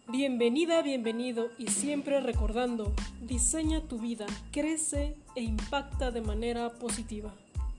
Bienvenida, bienvenido y siempre recordando, diseña tu vida, crece e impacta de manera positiva.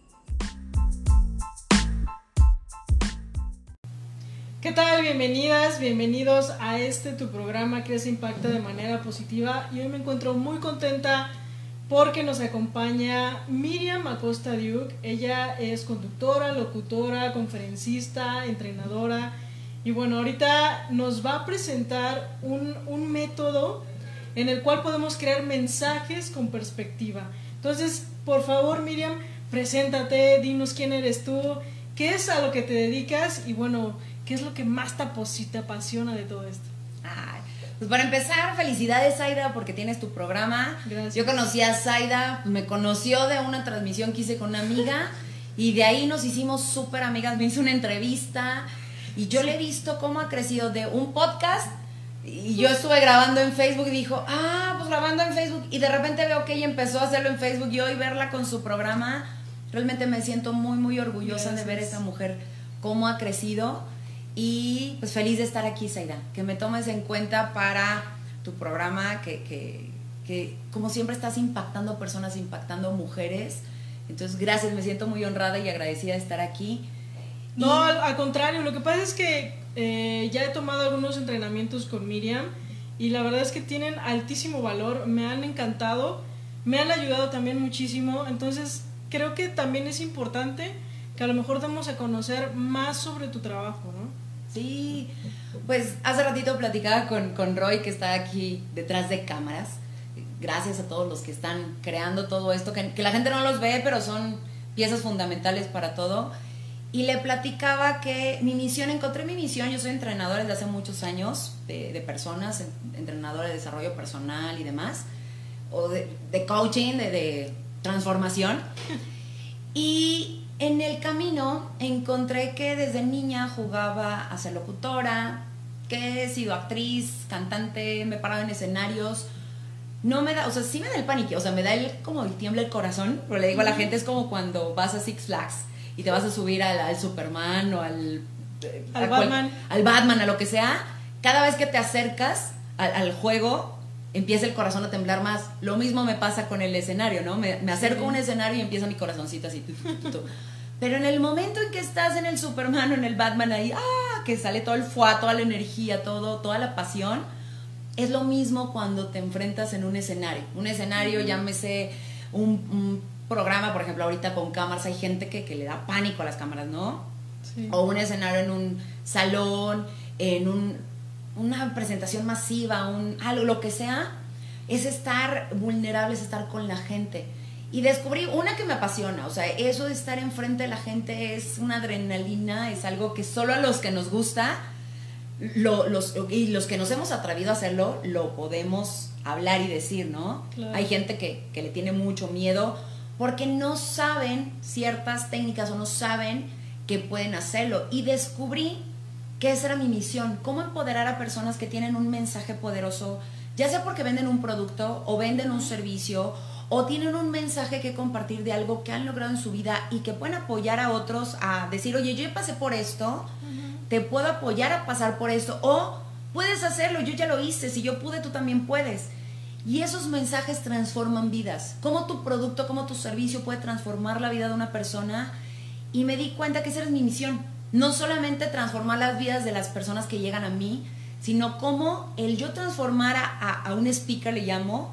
¿Qué tal? Bienvenidas, bienvenidos a tu programa Crece e Impacta de manera positiva, y hoy me encuentro muy contenta porque nos acompaña Miriam Acosta Diuk. Ella es conductora, locutora, conferencista, entrenadora. Y bueno, ahorita nos va a presentar un método en el cual podemos crear mensajes con perspectiva. Entonces, por favor, Miriam, preséntate, dinos quién eres tú, qué es a lo que te dedicas y bueno, qué es lo que más te apasiona de todo esto. Pues para empezar, felicidades, Zaida, porque tienes tu programa. Gracias. Yo conocí a Zaida, me conoció de una transmisión que hice con una amiga y de ahí nos hicimos súper amigas, me hizo una entrevista. Y yo le he visto cómo ha crecido de un podcast, y yo estuve grabando en Facebook y dijo, pues grabando en Facebook, y de repente veo que ella empezó a hacerlo en Facebook y hoy verla con su programa, realmente me siento muy, muy orgullosa de ver a esa mujer, cómo ha crecido, y pues feliz de estar aquí, Zaida, que me tomes en cuenta para tu programa, que como siempre estás impactando personas, impactando mujeres, entonces gracias, me siento muy honrada y agradecida de estar aquí. No, al contrario, lo que pasa es que ya he tomado algunos entrenamientos con Miriam y la verdad es que tienen altísimo valor, me han encantado, me han ayudado también muchísimo, entonces creo que también es importante que a lo mejor demos a conocer más sobre tu trabajo, ¿no? Sí, pues hace ratito platicaba con Roy, que está aquí detrás de cámaras. Gracias a todos los que están creando todo esto, que la gente no los ve, pero son piezas fundamentales para todo. Y le platicaba que encontré mi misión. Yo soy entrenadora desde hace muchos años de personas, entrenadora de desarrollo personal y demás, o de coaching, de transformación. Y en el camino encontré que desde niña jugaba a ser locutora, que he sido actriz, cantante, me he parado en escenarios. No me da, o sea, sí me da el pánico, o sea, me da como el tiembla el corazón, pero le digo a la gente, es como cuando vas a Six Flags y te vas a subir al Superman o al Batman. Al Batman, a lo que sea. Cada vez que te acercas al juego, empieza el corazón a temblar más. Lo mismo me pasa con el escenario, ¿no? Me acerco a un escenario y empieza mi corazoncito así. Pero en el momento en que estás en el Superman o en el Batman ahí, que sale todo el fuá, toda la energía, toda la pasión, es lo mismo cuando te enfrentas en un escenario. Un escenario, llámese un programa, por ejemplo, ahorita con cámaras, hay gente que le da pánico a las cámaras, ¿no? Sí. O un escenario en un salón, en una presentación masiva, algo, lo que sea, es estar vulnerable, es estar con la gente. Y descubrí una que me apasiona, o sea, eso de estar enfrente de la gente es una adrenalina, es algo que solo a los que nos gusta, y los que nos hemos atrevido a hacerlo, lo podemos hablar y decir, ¿no? Claro. Hay gente que le tiene mucho miedo porque no saben ciertas técnicas o no saben que pueden hacerlo. Y descubrí que esa era mi misión, cómo empoderar a personas que tienen un mensaje poderoso, ya sea porque venden un producto o venden un servicio o tienen un mensaje que compartir de algo que han logrado en su vida y que pueden apoyar a otros a decir, oye, yo ya pasé por esto, te puedo apoyar a pasar por esto, o puedes hacerlo, yo ya lo hice, si yo pude, tú también puedes. Y esos mensajes transforman vidas. Cómo tu producto, cómo tu servicio puede transformar la vida de una persona. Y me di cuenta que esa era mi misión. No solamente transformar las vidas de las personas que llegan a mí, sino cómo el yo transformar a un speaker, le llamo,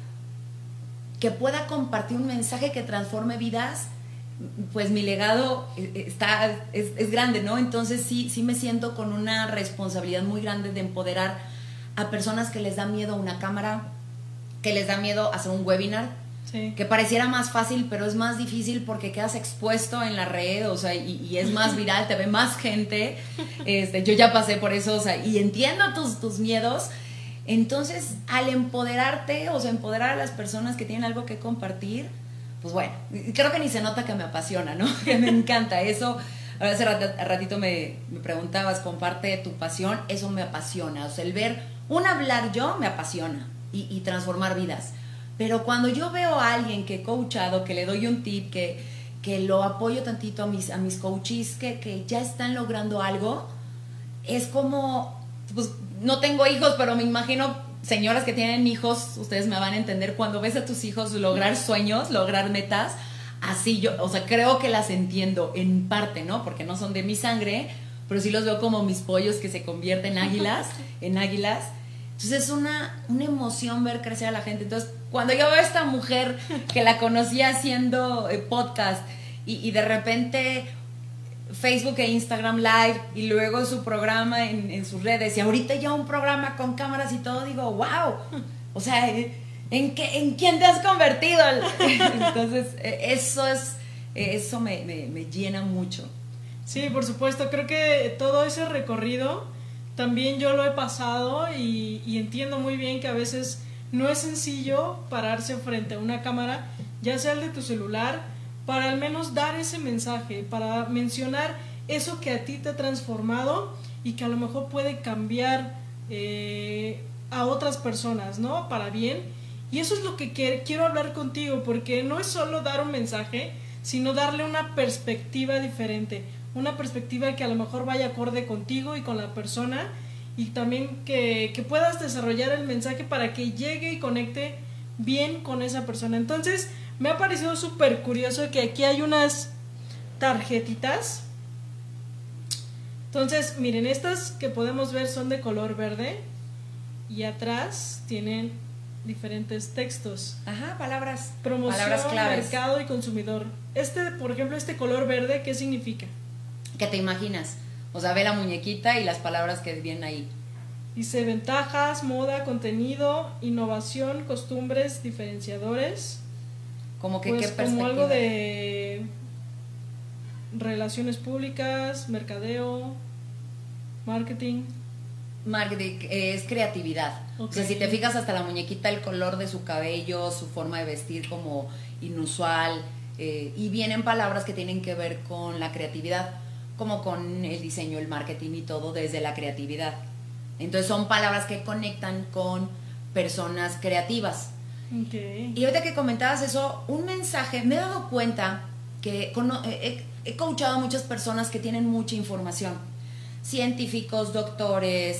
que pueda compartir un mensaje que transforme vidas, pues mi legado es grande, ¿no? Entonces sí me siento con una responsabilidad muy grande de empoderar a personas que les da miedo a una cámara, que les da miedo hacer un webinar, Sí. que pareciera más fácil, pero es más difícil porque quedas expuesto en la red, o sea, y es más viral, te ve más gente. Yo ya pasé por eso, o sea, y entiendo tus miedos. Entonces, al empoderarte, o sea, empoderar a las personas que tienen algo que compartir, pues bueno, creo que ni se nota que me apasiona, ¿no? Que me encanta eso. Ahora hace ratito me preguntabas, comparte tu pasión, eso me apasiona, o sea, el ver hablar yo me apasiona y transformar vidas. Pero cuando yo veo a alguien que he coachado, que le doy un tip, que lo apoyo tantito a mis coaches que ya están logrando algo, es como pues no tengo hijos, pero me imagino señoras que tienen hijos, ustedes me van a entender, cuando ves a tus hijos lograr sueños, lograr metas, así yo, o sea, creo que las entiendo en parte, ¿no? Porque no son de mi sangre, pero sí los veo como mis pollos que se convierten en águilas. Entonces es una emoción ver crecer a la gente. Entonces, cuando yo veo a esta mujer que la conocí haciendo podcast y de repente Facebook e Instagram Live y luego su programa en sus redes y ahorita ya un programa con cámaras y todo, digo, wow, o sea, ¿en quién te has convertido? Entonces, eso me llena mucho. Sí, por supuesto, creo que todo ese recorrido también yo lo he pasado y entiendo muy bien que a veces no es sencillo pararse frente a una cámara, ya sea el de tu celular, para al menos dar ese mensaje, para mencionar eso que a ti te ha transformado y que a lo mejor puede cambiar a otras personas, ¿no? Para bien. Y eso es lo que quiero hablar contigo, porque no es solo dar un mensaje, sino darle una perspectiva diferente, una perspectiva que a lo mejor vaya acorde contigo y con la persona, y también que puedas desarrollar el mensaje para que llegue y conecte bien con esa persona. Entonces, me ha parecido súper curioso que aquí hay unas tarjetitas. Entonces, miren, estas que podemos ver son de color verde y atrás tienen diferentes textos. Ajá, palabras Promoción, claves. mercado y consumidor. Por ejemplo, este color verde, ¿qué significa? ¿Qué te imaginas? O sea, ve la muñequita y las palabras que vienen ahí. Dice ventajas, moda, contenido, innovación, costumbres, diferenciadores. Como que pues qué perspectiva. como algo de relaciones públicas, mercadeo, marketing. Marketing es creatividad. Okay. O sea, si te fijas hasta la muñequita, el color de su cabello, su forma de vestir como inusual, y vienen palabras que tienen que ver con la creatividad, como con el diseño, el marketing y todo desde la creatividad. Entonces son palabras que conectan con personas creativas. Okay. Y ahorita que comentabas eso, un mensaje, me he dado cuenta que he coachado a muchas personas que tienen mucha información, científicos, doctores,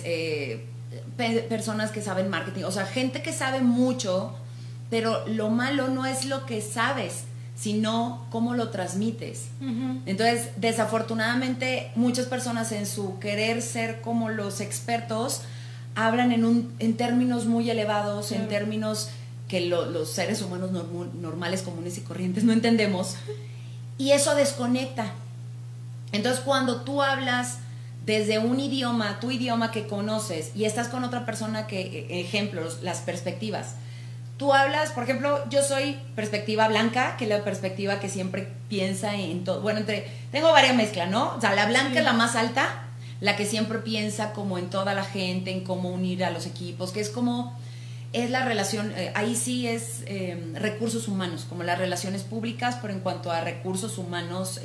personas que saben marketing, o sea, gente que sabe mucho, pero lo malo no es lo que sabes, sino cómo lo transmites. Uh-huh. Entonces, desafortunadamente, muchas personas en su querer ser como los expertos hablan en términos muy elevados, en términos que los seres humanos normales, comunes y corrientes no entendemos, y eso desconecta. Entonces, cuando tú hablas desde un idioma, tu idioma que conoces, y estás con otra persona ejemplos, las perspectivas, tú hablas, por ejemplo, yo soy perspectiva blanca, que es la perspectiva que siempre piensa en todo. Bueno, tengo varias mezclas, ¿no? O sea, la blanca es la más alta, la que siempre piensa como en toda la gente, en cómo unir a los equipos, que es como, es la relación, ahí sí es recursos humanos, como las relaciones públicas, pero en cuanto a recursos humanos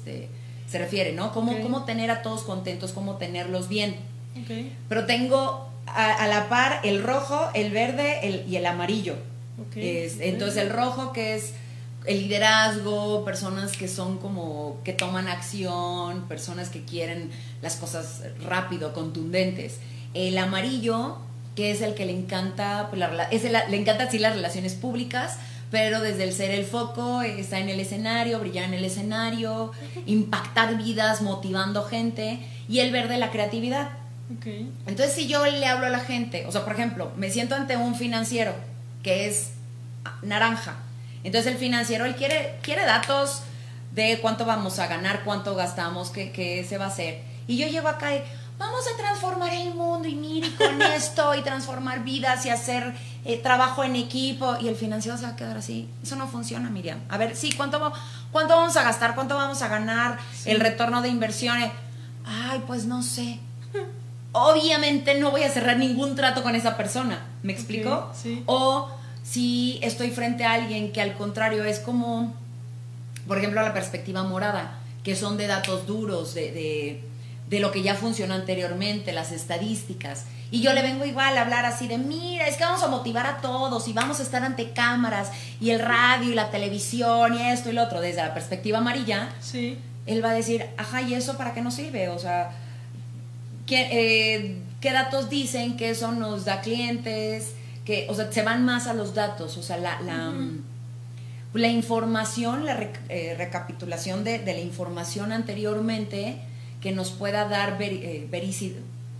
se refiere, ¿no? Cómo tener a todos contentos, cómo tenerlos bien. Okay. Pero tengo a la par el rojo, el verde y el amarillo. Okay. Entonces el rojo, que es el liderazgo, personas que son como que toman acción, personas que quieren las cosas rápido, contundentes. El amarillo, que es el que le encanta, pues le encanta así las relaciones públicas, pero desde el ser el foco, está en el escenario, brillar en el escenario, impactar vidas, motivando gente. Y el verde, la creatividad. Okay. Entonces, si yo le hablo a la gente, o sea, por ejemplo, me siento ante un financiero que es naranja. Entonces el financiero, él quiere datos de cuánto vamos a ganar, cuánto gastamos, qué se va a hacer. Y yo llego acá y vamos a transformar el mundo y mire con esto y transformar vidas y hacer trabajo en equipo. Y el financiero se va a quedar así. Eso no funciona, Miriam. A ver, sí, ¿cuánto vamos a gastar? ¿Cuánto vamos a ganar? Sí. El retorno de inversiones. Ay, pues no sé. Obviamente no voy a cerrar ningún trato con esa persona. ¿Me explico? Okay, sí. O si estoy frente a alguien que al contrario es como, por ejemplo, la perspectiva morada, que son de datos duros, de lo que ya funcionó anteriormente, las estadísticas. Y yo le vengo igual a hablar así de, mira, es que vamos a motivar a todos y vamos a estar ante cámaras y el radio y la televisión y esto y lo otro. Desde la perspectiva amarilla, sí. Él va a decir, ajá, ¿y eso para qué nos sirve? O sea, ¿qué qué datos dicen, que eso nos da clientes, que, o sea, se van más a los datos, o sea, la información, la recapitulación de la información anteriormente que nos pueda dar veracidad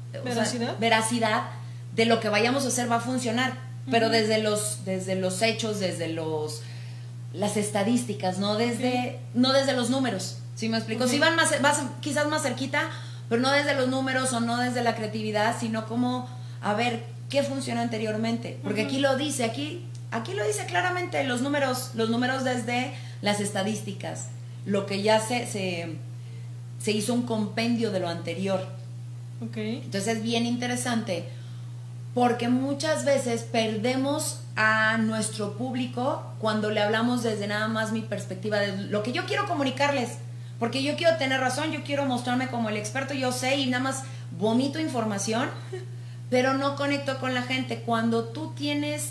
de lo que vayamos a hacer va a funcionar, pero desde los hechos, desde las estadísticas, no desde los números, ¿sí me explico? Sí van quizás más cerquita, pero no desde los números o no desde la creatividad, sino como a ver qué funciona anteriormente, porque aquí lo dice claramente los números desde las estadísticas, lo que ya se hizo un compendio de lo anterior. Okay. Entonces es bien interesante porque muchas veces perdemos a nuestro público cuando le hablamos desde nada más mi perspectiva de lo que yo quiero comunicarles, porque yo quiero tener razón, yo quiero mostrarme como el experto, yo sé, y nada más vomito información, pero no conecto con la gente. Cuando tú tienes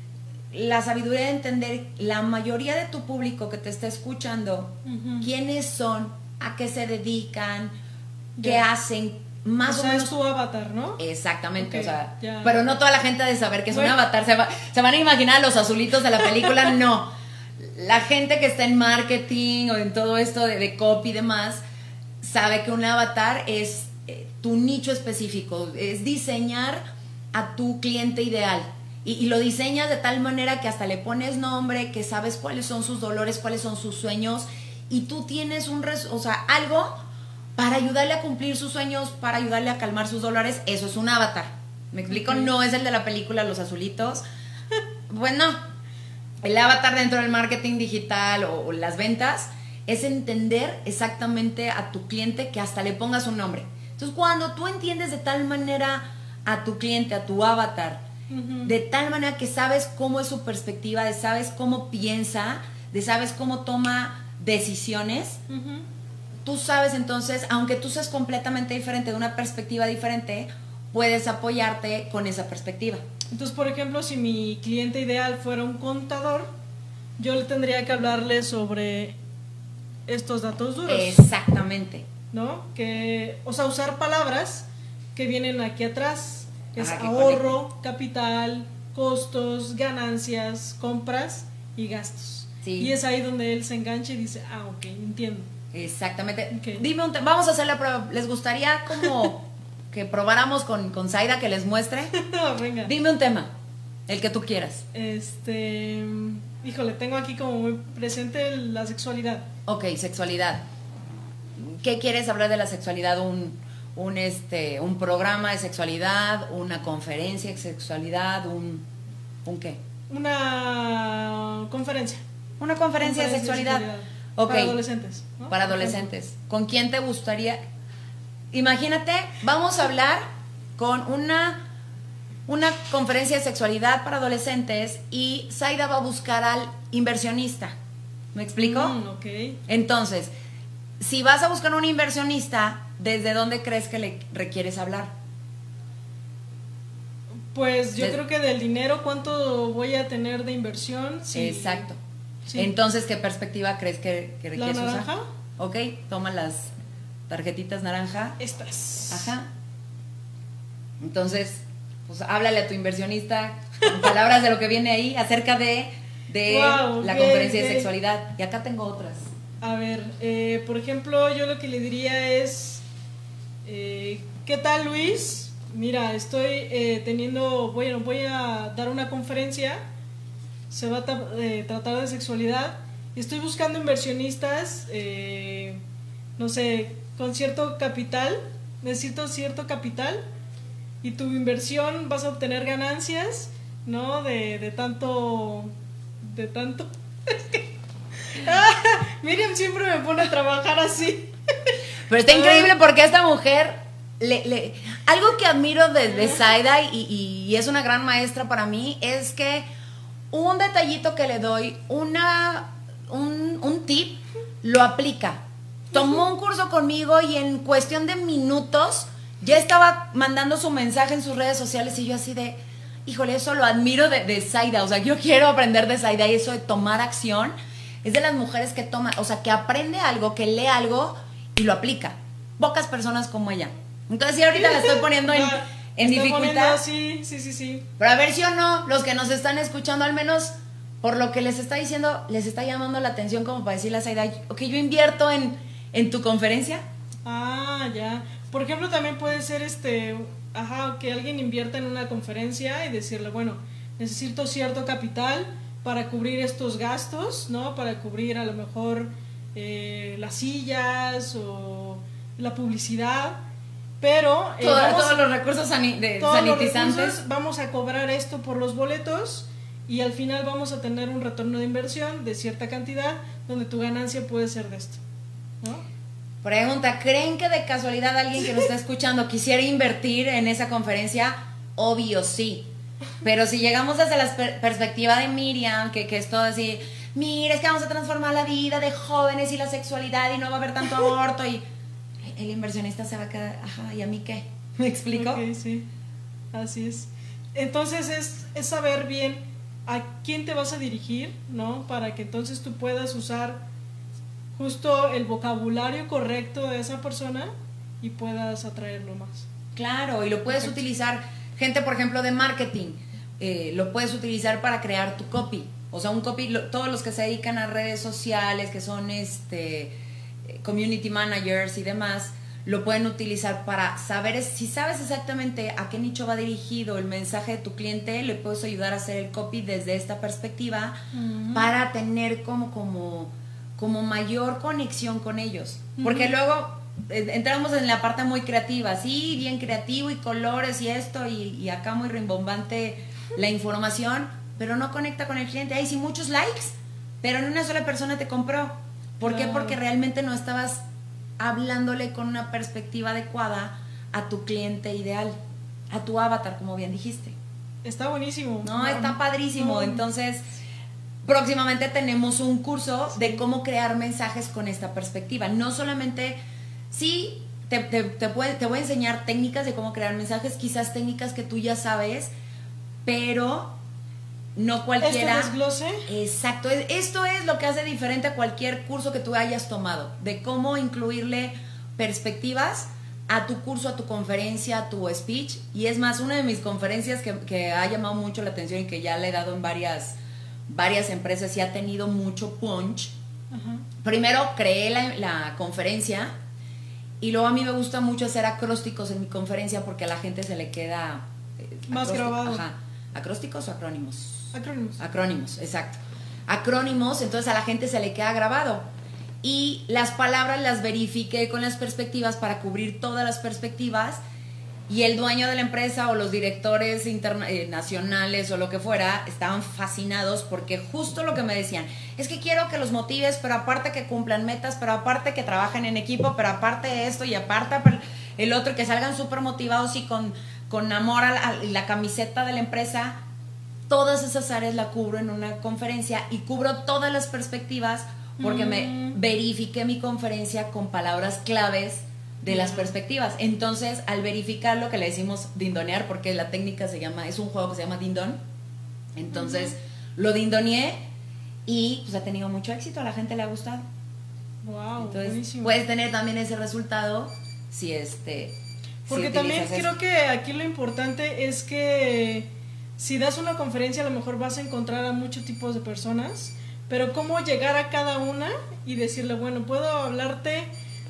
la sabiduría de entender la mayoría de tu público que te está escuchando, quiénes son, a qué se dedican, qué hacen, más o menos es tu avatar, ¿no? Exactamente, Okay, o sea, ya. Pero no toda la gente ha de saber que es un avatar, se van a imaginar los azulitos de la película, no. La gente que está en marketing o en todo esto de copy y demás, sabe que un avatar es tu nicho específico, es diseñar a tu cliente ideal. Y lo diseñas de tal manera que hasta le pones nombre, que sabes cuáles son sus dolores, cuáles son sus sueños, y tú tienes algo para ayudarle a cumplir sus sueños, para ayudarle a calmar sus dolores. Eso es un avatar. ¿Me explico? Okay. No es el de la película Los Azulitos. Bueno, el avatar dentro del marketing digital o las ventas es entender exactamente a tu cliente, que hasta le pongas un nombre. Entonces, cuando tú entiendes de tal manera a tu cliente, a tu avatar, de tal manera que sabes cómo es su perspectiva, de sabes cómo piensa, de sabes cómo toma decisiones, tú sabes entonces, aunque tú seas completamente diferente, de una perspectiva diferente, puedes apoyarte con esa perspectiva. Entonces, por ejemplo, si mi cliente ideal fuera un contador, yo le tendría que hablarle sobre estos datos duros. Exactamente. ¿No? O sea, usar palabras que vienen aquí atrás. Es que ahorro, capital, costos, ganancias, compras y gastos. Sí. Y es ahí donde él se engancha y dice, ok, entiendo. Exactamente. Okay. Dime vamos a hacer la prueba. ¿Les gustaría como que probáramos con Zaida, que les muestre? Venga. Dime un tema, el que tú quieras. Híjole, tengo aquí como muy presente la sexualidad. Ok, sexualidad. ¿Qué quieres hablar de la sexualidad? ¿Un programa de sexualidad? ¿Una conferencia de sexualidad? ¿Un qué? Una conferencia. Una conferencia de sexualidad. Okay. Para adolescentes, ¿no? Para adolescentes. ¿Con quién te gustaría? Imagínate, vamos a hablar con una conferencia de sexualidad para adolescentes y Zaida va a buscar al inversionista. ¿Me explico? Ok. Entonces, si vas a buscar un inversionista, ¿desde dónde crees que le requieres hablar? Pues yo creo que del dinero, ¿cuánto voy a tener de inversión? Sí. Exacto. Sí. Entonces, ¿qué perspectiva crees que requieres usar? ¿La naranja? Ok, toma las tarjetitas naranja. Estas. Ajá. Entonces, pues háblale a tu inversionista con palabras de lo que viene ahí acerca de la conferencia de sexualidad. Y acá tengo otras. A ver, por ejemplo, yo lo que le diría es, ¿qué tal, Luis? Mira, estoy voy a dar una conferencia, se va a tratar de sexualidad, y estoy buscando inversionistas, no sé, con cierto capital, necesito cierto capital, y tu inversión vas a obtener ganancias, ¿no? De tanto... Miriam siempre me pone a trabajar así. Pero está increíble porque esta mujer algo que admiro de Zaida y es una gran maestra para mí es que un detallito que le doy, un tip, lo aplica. Tomó un curso conmigo y en cuestión de minutos ya estaba mandando su mensaje en sus redes sociales y yo así de, híjole, eso lo admiro de Zaida. O sea, yo quiero aprender de Zaida, y eso de tomar acción es de las mujeres que toma, o sea, que aprende algo, que lee algo y lo aplica. Pocas personas como ella. Entonces, sí, ahorita la estoy poniendo en Está dificultad. poniendo, sí. Pero a ver si o no, los que nos están escuchando, al menos por lo que les está diciendo, les está llamando la atención como para decirle a Zaida, ok, yo invierto en tu conferencia. Ah, ya. Por ejemplo, también puede ser que alguien invierta en una conferencia y decirle, bueno, necesito cierto capital para cubrir estos gastos, ¿no? Para cubrir a lo mejor las sillas o la publicidad, pero Todos los recursos sanitizantes. Vamos a cobrar esto por los boletos y al final vamos a tener un retorno de inversión de cierta cantidad donde tu ganancia puede ser de esto, ¿no? Pregunta, ¿creen que de casualidad alguien que nos está escuchando quisiera invertir en esa conferencia? Obvio, sí. Pero si llegamos desde la perspectiva de Miriam, que es todo así, mira, es que vamos a transformar la vida de jóvenes y la sexualidad y no va a haber tanto aborto, y el inversionista se va a quedar, ajá, ¿y a mí qué? ¿Me explico? Ok, sí, así es. Entonces es saber bien a quién te vas a dirigir, ¿no? Para que entonces tú puedas usar justo el vocabulario correcto de esa persona y puedas atraerlo más. Claro, y lo puedes utilizar, gente, por ejemplo, de marketing, lo puedes utilizar para crear tu copy. O sea, un copy, todos los que se dedican a redes sociales, que son community managers y demás, lo pueden utilizar para saber, si sabes exactamente a qué nicho va dirigido el mensaje de tu cliente, le puedes ayudar a hacer el copy desde esta perspectiva para tener como mayor conexión con ellos. Porque luego entramos en la parte muy creativa, sí, bien creativo y colores y esto y acá muy rimbombante la información, pero no conecta con el cliente. Hay sí muchos likes, pero ni una sola persona te compró. ¿Por qué? Porque realmente no estabas hablándole con una perspectiva adecuada a tu cliente ideal, a tu avatar, como bien dijiste. Está buenísimo. No, está padrísimo. Entonces, próximamente tenemos un curso de cómo crear mensajes con esta perspectiva. No solamente, sí, te voy a enseñar técnicas de cómo crear mensajes, quizás técnicas que tú ya sabes, pero no cualquiera. ¿Este desglose? Exacto. Esto es lo que hace diferente a cualquier curso que tú hayas tomado, de cómo incluirle perspectivas a tu curso, a tu conferencia, a tu speech. Y es más, una de mis conferencias que ha llamado mucho la atención y que ya le he dado en varias empresas y ha tenido mucho punch. Primero creé la conferencia y luego a mí me gusta mucho hacer acrósticos en mi conferencia porque a la gente se le queda más grabado. Ajá. ¿Acrósticos o acrónimos? Acrónimos, exacto. Acrónimos, entonces a la gente se le queda grabado. Y las palabras las verifiqué con las perspectivas para cubrir todas las perspectivas. Y el dueño de la empresa o los directores nacionales o lo que fuera estaban fascinados porque justo lo que me decían es que quiero que los motives, pero aparte que cumplan metas, pero aparte que trabajen en equipo, pero aparte esto y aparte el otro, que salgan súper motivados y con amor a la camiseta de la empresa. Todas esas áreas la cubro en una conferencia y cubro todas las perspectivas porque me verifiqué mi conferencia con palabras claves de las perspectivas. Entonces, al verificar lo que le decimos dindonear, porque la técnica es un juego que se llama dindón. Entonces, lo dindoneé y pues ha tenido mucho éxito, a la gente le ha gustado. Wow, entonces, buenísimo. puedes tener también ese resultado si porque también creo que aquí lo importante es que si das una conferencia a lo mejor vas a encontrar a muchos tipos de personas, pero cómo llegar a cada una y decirle, bueno, puedo hablarte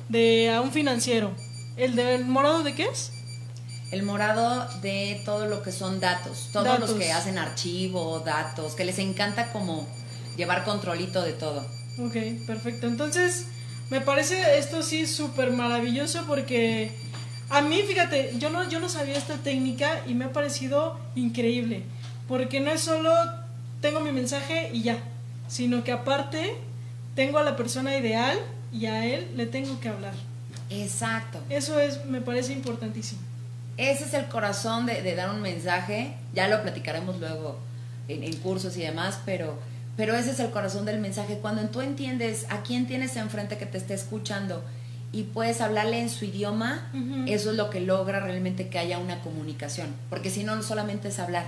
a un financiero. ¿El del morado de qué es? El morado de todo lo que son datos. Todos los que hacen archivo, datos, que les encanta como llevar controlito de todo. Ok, perfecto. Entonces, me parece esto sí súper maravilloso porque a mí, fíjate, yo no sabía esta técnica y me ha parecido increíble. Porque no es solo tengo mi mensaje y ya, sino que aparte tengo a la persona ideal y a él le tengo que hablar. Exacto. Eso me parece importantísimo. Ese es el corazón de dar un mensaje. Ya lo platicaremos luego en cursos y demás, pero ese es el corazón del mensaje. Cuando tú entiendes a quién tienes enfrente que te esté escuchando y puedes hablarle en su idioma, eso es lo que logra realmente que haya una comunicación. Porque si no, solamente es hablar.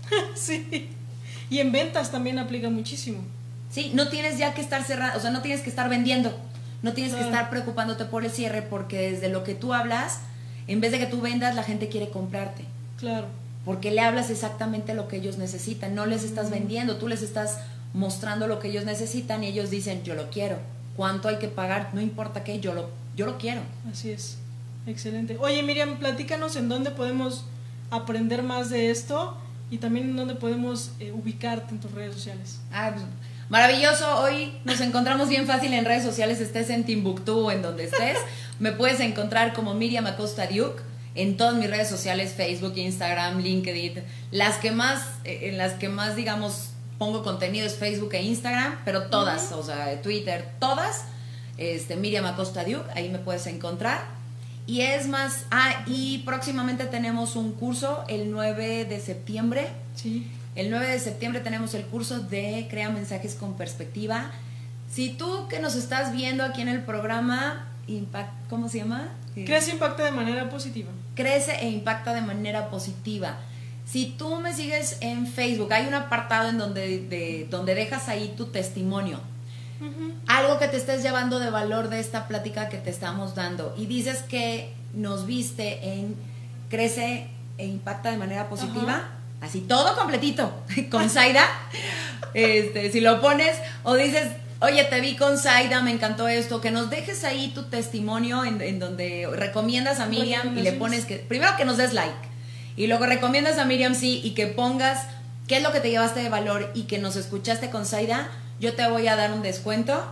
Sí. Y en ventas también aplica muchísimo. Sí, no tienes ya que estar cerrado, o sea, no tienes que estar vendiendo. No tienes que estar preocupándote por el cierre porque desde lo que tú hablas, en vez de que tú vendas, la gente quiere comprarte. Claro. Porque le hablas exactamente lo que ellos necesitan, no les estás vendiendo, tú les estás mostrando lo que ellos necesitan y ellos dicen, yo lo quiero. ¿Cuánto hay que pagar? No importa qué, yo lo quiero. Así es. Excelente. Oye, Miriam, platícanos en dónde podemos aprender más de esto y también en dónde podemos ubicarte en tus redes sociales. Pues, maravilloso. Hoy nos encontramos bien fácil en redes sociales, estés en Timbuktu o en donde estés. Me puedes encontrar como Miriam Acosta Duke en todas mis redes sociales, Facebook, Instagram, LinkedIn. En las que más, digamos, pongo contenido es Facebook e Instagram, pero todas, o sea, Twitter, todas. Miriam Acosta Duke, ahí me puedes encontrar. Y es más, y próximamente tenemos un curso el 9 de septiembre. Sí. El 9 de septiembre tenemos el curso de Crea Mensajes con Perspectiva. Si tú que nos estás viendo aquí en el programa, ¿cómo se llama? Crece e impacta de manera positiva. Crece e impacta de manera positiva. Si tú me sigues en Facebook, hay un apartado en donde dejas ahí tu testimonio. Algo que te estés llevando de valor de esta plática que te estamos dando. Y dices que nos viste en Crece e impacta de manera positiva. Así todo completito, con Zaida. Si lo pones o dices, oye, te vi con Zaida, me encantó esto, que nos dejes ahí tu testimonio en donde recomiendas a Miriam y le pones que, primero que nos des like, y luego recomiendas a Miriam, sí, y que pongas qué es lo que te llevaste de valor y que nos escuchaste con Zaida, yo te voy a dar un descuento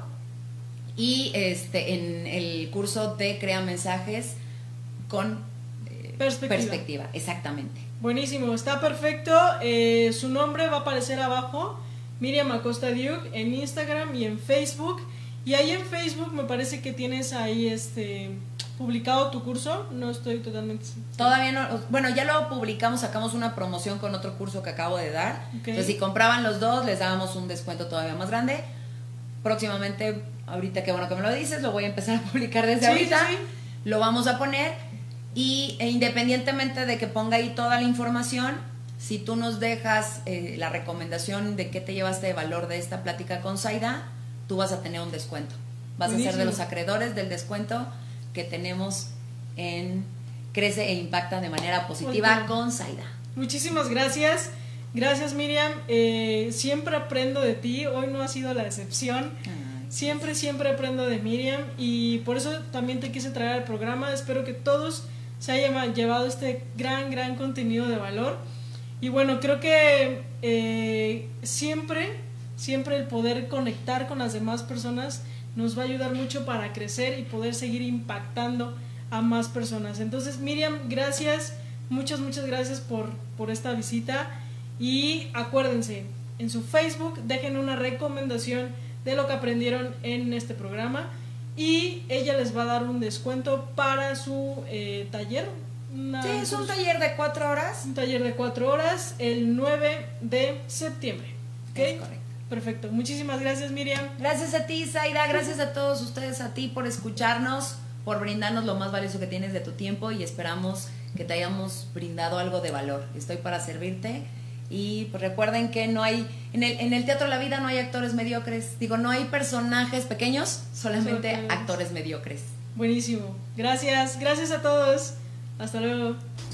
y en el curso de Crea Mensajes con perspectiva. Exactamente. Buenísimo, está perfecto. Su nombre va a aparecer abajo, Miriam Acosta Duke, en Instagram y en Facebook. Y ahí en Facebook me parece que tienes ahí publicado tu curso. No estoy totalmente... Todavía no, bueno, ya lo publicamos, sacamos una promoción con otro curso que acabo de dar. Okay. Entonces, si compraban los dos, les dábamos un descuento todavía más grande. Próximamente, ahorita que bueno que me lo dices, lo voy a empezar a publicar desde ahorita. Sí. Lo vamos a poner. Y independientemente de que ponga ahí toda la información, si tú nos dejas la recomendación de qué te llevaste de valor de esta plática con Zaida, tú vas a tener un descuento. Vas a ser de los acreedores del descuento que tenemos en Crece e Impacta de manera positiva con Zaida. Muchísimas gracias. Gracias, Miriam. Siempre aprendo de ti. Hoy no ha sido la excepción. Siempre aprendo de Miriam. Y por eso también te quise traer al programa. Espero que todos se hayan llevado este gran contenido de valor. Y bueno, creo que siempre el poder conectar con las demás personas nos va a ayudar mucho para crecer y poder seguir impactando a más personas. Entonces, Miriam, gracias, muchas gracias por esta visita. Y acuérdense, en su Facebook dejen una recomendación de lo que aprendieron en este programa y ella les va a dar un descuento para su taller. Sí, es un taller de 4 horas. Un taller de 4 horas el 9 de septiembre. ¿Okay? Es correcto. Perfecto. Muchísimas gracias, Miriam. Gracias a ti, Zaida. Gracias a todos ustedes, a ti por escucharnos, por brindarnos lo más valioso que tienes de tu tiempo y esperamos que te hayamos brindado algo de valor. Estoy para servirte y pues recuerden que no hay, en el teatro de la vida no hay actores mediocres. Digo, no hay personajes pequeños, solamente actores mediocres. Buenísimo. Gracias a todos. Hasta luego.